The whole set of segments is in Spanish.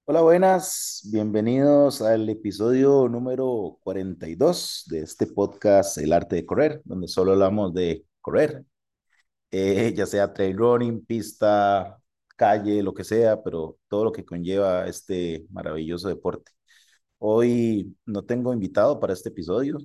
Hola, buenas, bienvenidos al episodio número 42 de este podcast El Arte de Correr, donde solo hablamos de correr, ya sea trail running, pista, calle, lo que sea, pero todo lo que conlleva este maravilloso deporte. Hoy no tengo invitado para este episodio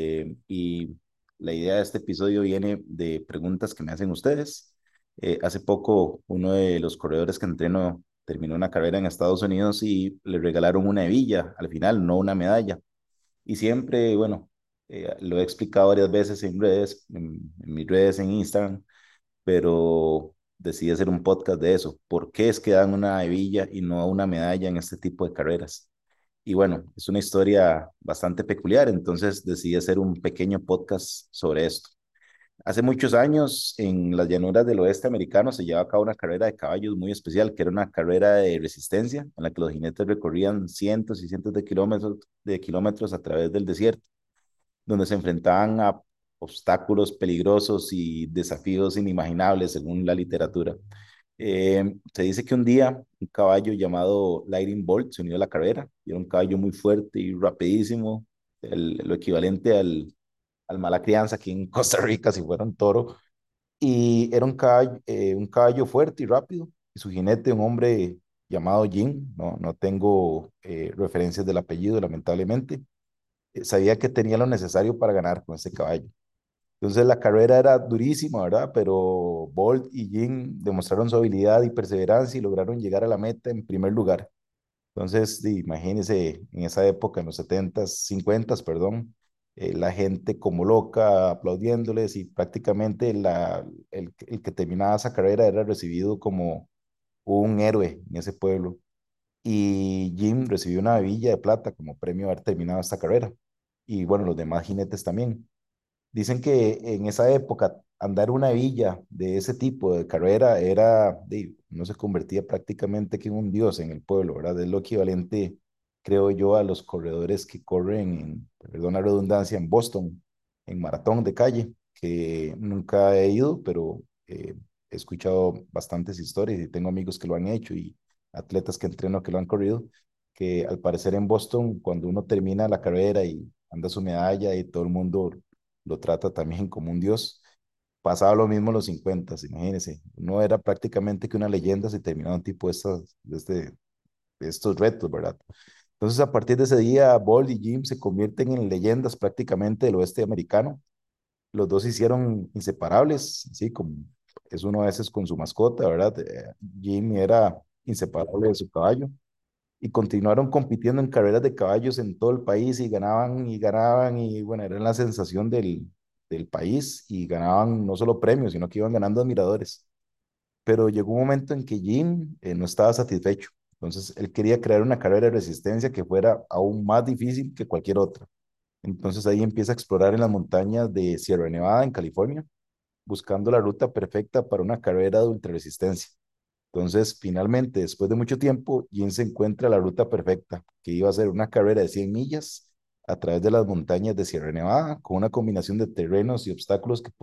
y la idea de este episodio viene de preguntas que me hacen ustedes. Hace poco uno de los corredores que entreno terminó una carrera en Estados Unidos y le regalaron una hebilla al final, no una medalla. Y siempre, bueno, lo he explicado varias veces en redes, en mis redes, en Instagram, pero decidí hacer un podcast de eso. ¿Por qué es que dan una hebilla y no una medalla en este tipo de carreras? Y bueno, es una historia bastante peculiar, entonces decidí hacer un pequeño podcast sobre esto. Hace muchos años, en las llanuras del oeste americano, se llevaba a cabo una carrera de caballos muy especial, que era una carrera de resistencia, en la que los jinetes recorrían cientos y cientos de kilómetros a través del desierto, donde se enfrentaban a obstáculos peligrosos y desafíos inimaginables, según la literatura. Se dice que un día un caballo llamado Lightning Bolt se unió a la carrera y era un caballo muy fuerte y rapidísimo, lo equivalente al mala crianza aquí en Costa Rica si fuera un toro. Y era un caballo fuerte y rápido y su jinete, un hombre llamado Jim, no tengo referencias del apellido lamentablemente, sabía que tenía lo necesario para ganar con ese caballo. Entonces la carrera era durísima, ¿verdad? Pero Bolt y Jim demostraron su habilidad y perseverancia y lograron llegar a la meta en primer lugar. Entonces, imagínense en esa época, en los 70s, 50s, perdón, la gente como loca aplaudiéndoles y prácticamente el que terminaba esa carrera era recibido como un héroe en ese pueblo. Y Jim recibió una hebilla de plata como premio de haber terminado esta carrera. Y bueno, los demás jinetes también. Dicen que en esa época andar una villa de ese tipo de carrera no se convertía prácticamente que en un dios en el pueblo, ¿verdad? Es lo equivalente, creo yo, a los corredores que corren perdón la redundancia, en Boston, en maratón de calle, que nunca he ido, pero he escuchado bastantes historias y tengo amigos que lo han hecho y atletas que entreno que lo han corrido, que al parecer en Boston, cuando uno termina la carrera y anda su medalla y todo el mundo lo trata también como un dios. Pasaba lo mismo en los 50, imagínense. No era prácticamente que una leyenda si terminaba un tipo de estos retos, ¿verdad? Entonces, a partir de ese día, Bolt y Jim se convierten en leyendas prácticamente del oeste americano. Los dos se hicieron inseparables, así como es uno a veces con su mascota, ¿verdad? Jim era inseparable de su caballo y continuaron compitiendo en carreras de caballos en todo el país y ganaban y ganaban y bueno, era la sensación del país y ganaban no solo premios, sino que iban ganando admiradores. Pero llegó un momento en que Jim no estaba satisfecho. Entonces, él quería crear una carrera de resistencia que fuera aún más difícil que cualquier otra. Entonces ahí empieza a explorar en las montañas de Sierra Nevada, en California, buscando la ruta perfecta para una carrera de ultrarresistencia. Entonces, finalmente, después de mucho tiempo, Jim se encuentra la ruta perfecta, que iba a ser una carrera de 100 millas a través de las montañas de Sierra Nevada, con una combinación de terrenos y obstáculos que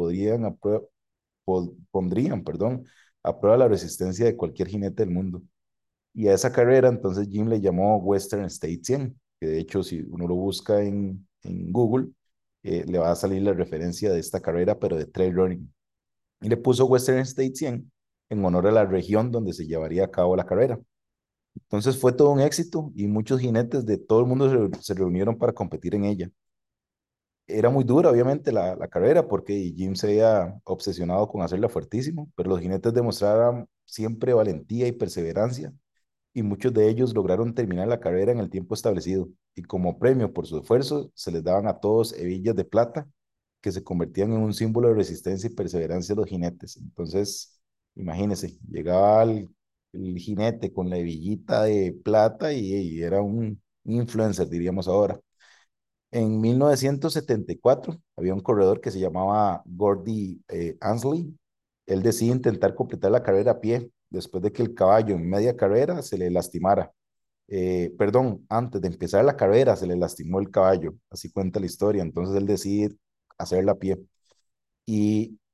pondrían, perdón, a prueba la resistencia de cualquier jinete del mundo. Y a esa carrera, entonces, Jim le llamó Western State 100, que de hecho, si uno lo busca en Google, le va a salir la referencia de esta carrera, pero de trail running y le puso Western State 100 en honor a la región donde se llevaría a cabo la carrera. Entonces fue todo un éxito y muchos jinetes de todo el mundo se reunieron para competir en ella. Era muy dura, obviamente, la carrera porque Jim se había obsesionado con hacerla fuertísimo, pero los jinetes demostraron siempre valentía y perseverancia y muchos de ellos lograron terminar la carrera en el tiempo establecido. Y como premio por su esfuerzo, se les daban a todos hebillas de plata que se convertían en un símbolo de resistencia y perseverancia de los jinetes. Entonces, imagínense, llegaba el jinete con la hebillita de plata y era un influencer, diríamos ahora. En 1974 había un corredor que se llamaba Gordy Ansley. Él decidió intentar completar la carrera a pie después de que el caballo en media carrera se le lastimara. Perdón, antes de empezar la carrera se le lastimó el caballo, así cuenta la historia. Entonces él decide hacerla a pie. Y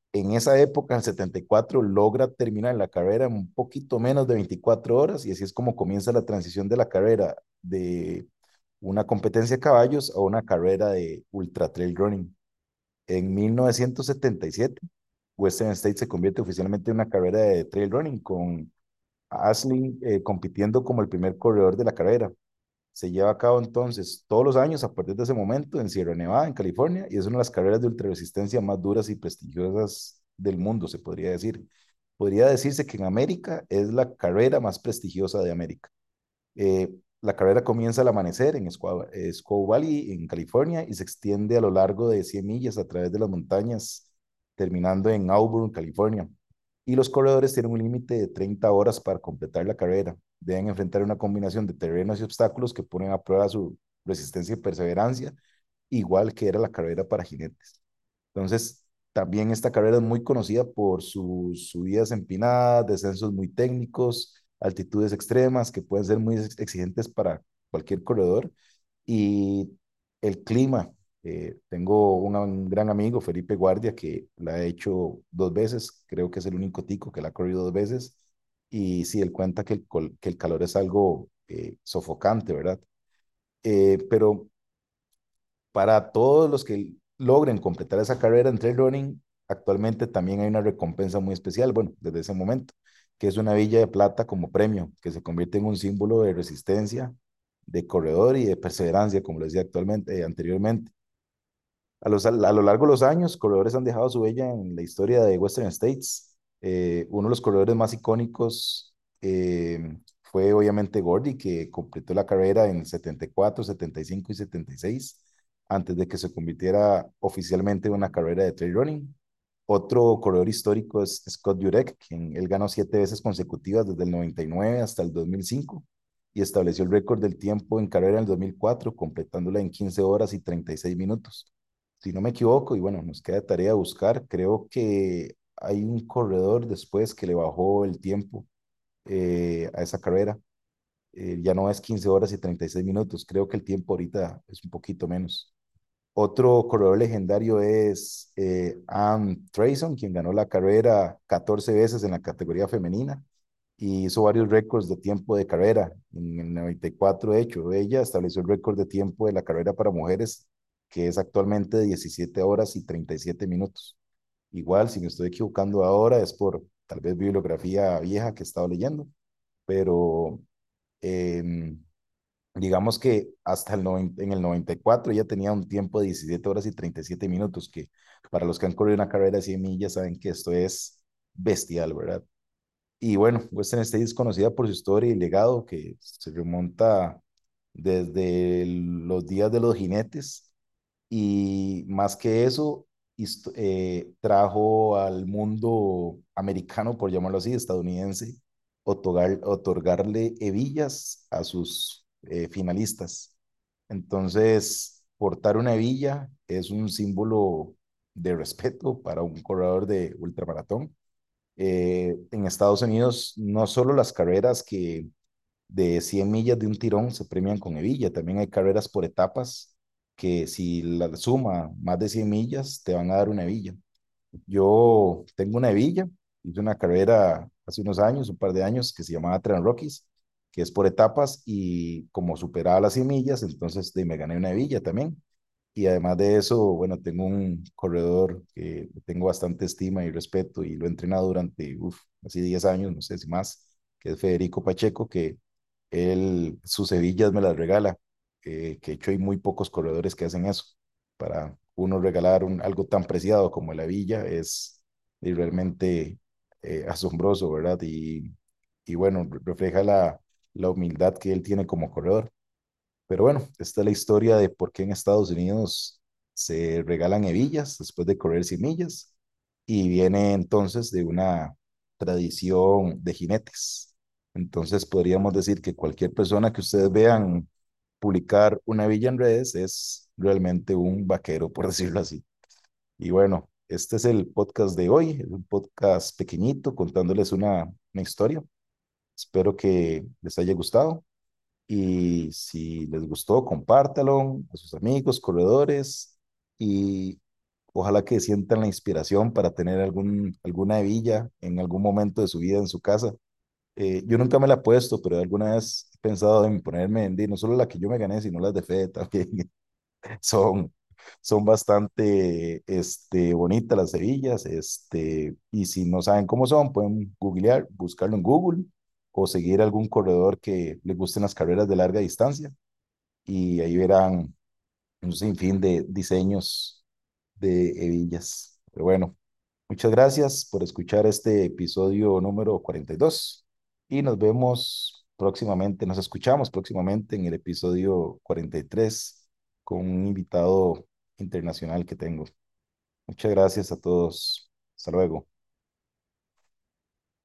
En esa época, en el 74, logra terminar la carrera en un poquito menos de 24 horas y así es como comienza la transición de la carrera de una competencia de caballos a una carrera de ultra trail running. En 1977, Western States se convierte oficialmente en una carrera de trail running con Ashley compitiendo como el primer corredor de la carrera. Se lleva a cabo entonces todos los años a partir de ese momento en Sierra Nevada, en California, y es una de las carreras de ultraresistencia más duras y prestigiosas del mundo, se podría decir. Podría decirse que en América es la carrera más prestigiosa de América. La carrera comienza al amanecer en Squaw Valley, en California, y se extiende a lo largo de 100 millas a través de las montañas, terminando en Auburn, California. Y los corredores tienen un límite de 30 horas para completar la carrera. Deben enfrentar una combinación de terrenos y obstáculos que ponen a prueba su resistencia y perseverancia, igual que era la carrera para jinetes. Entonces, también esta carrera es muy conocida por sus subidas empinadas, descensos muy técnicos, altitudes extremas que pueden ser muy exigentes para cualquier corredor. Y el clima, tengo un gran amigo, Felipe Guardia, que la ha hecho 2 veces, creo que es el único tico que la ha corrido 2 veces. Y sí, él cuenta que que el calor es algo sofocante, ¿verdad? Pero para todos los que logren completar esa carrera en trail running, actualmente también hay una recompensa muy especial, bueno, desde ese momento, que es una villa de plata como premio, que se convierte en un símbolo de resistencia, de corredor y de perseverancia, como lo decía anteriormente. A lo largo de los años, corredores han dejado su huella en la historia de Western States. Uno de los corredores más icónicos fue obviamente Gordy, que completó la carrera en 74, 75 y 76, antes de que se convirtiera oficialmente en una carrera de trail running. Otro corredor histórico es Scott Jurek, quien él ganó 7 veces consecutivas desde el 99 hasta el 2005 y estableció el récord del tiempo en carrera en el 2004, completándola en 15 horas y 36 minutos. Si no me equivoco, y bueno, nos queda de tarea buscar, creo que hay un corredor después que le bajó el tiempo a esa carrera. Ya no es 15 horas y 36 minutos, creo que el tiempo ahorita es un poquito menos. Otro corredor legendario es Anne Trayson, quien ganó la carrera 14 veces en la categoría femenina y hizo varios récords de tiempo de carrera. En el 94, de hecho, ella estableció el récord de tiempo de la carrera para mujeres, que es actualmente 17 horas y 37 minutos. Igual, si me estoy equivocando ahora, es por tal vez bibliografía vieja que he estado leyendo, pero em, digamos que hasta en el 94 ya tenía un tiempo de 17 horas y 37 minutos, que para los que han corrido una carrera de 100 millas saben que esto es bestial, ¿verdad? Y bueno, Western State es conocida por su historia y legado que se remonta desde los días de los jinetes y más que eso, trajo al mundo americano, por llamarlo así, estadounidense, otorgarle hebillas a sus finalistas. Entonces, portar una hebilla es un símbolo de respeto para un corredor de ultramaratón. En Estados Unidos, no solo las carreras que de 100 millas de un tirón se premian con hebilla, también hay carreras por etapas que si la suma más de 100 millas te van a dar una hebilla. Yo tengo una hebilla, hice una carrera hace unos años, un par de años, que se llamaba Tran Rockies, que es por etapas y como superaba las 100 millas, entonces me gané una hebilla también. Y además de eso, bueno, tengo un corredor que tengo bastante estima y respeto y lo he entrenado durante, así 10 años, no sé si más, que es Federico Pacheco, que él sus hebillas me las regala, que de hecho hay muy pocos corredores que hacen eso. Para uno regalar algo tan preciado como la hebilla es realmente asombroso, ¿verdad? Y bueno, refleja la humildad que él tiene como corredor. Pero bueno, esta es la historia de por qué en Estados Unidos se regalan hebillas después de correr 100 millas y viene entonces de una tradición de jinetes. Entonces podríamos decir que cualquier persona que ustedes vean publicar una hebilla en redes es realmente un vaquero, por decirlo así. Y bueno, este es el podcast de hoy, es un podcast pequeñito contándoles una historia. Espero que les haya gustado. Y si les gustó, compártalo a sus amigos, corredores. Y Ojalá que sientan la inspiración para tener alguna hebilla en algún momento de su vida en su casa. Yo nunca me la he puesto, pero alguna vez he pensado en ponerme no solo la que yo me gané, sino las de Fede también. Son, son bastante bonitas las hebillas. Y si no saben cómo son, pueden googlear, buscarlo en Google o seguir algún corredor que les gusten las carreras de larga distancia y ahí verán un sinfín de diseños de hebillas. Pero bueno, muchas gracias por escuchar este episodio número 42 y nos vemos próximamente, nos escuchamos próximamente en el episodio 43 con un invitado internacional que tengo. Muchas gracias a todos. Hasta luego.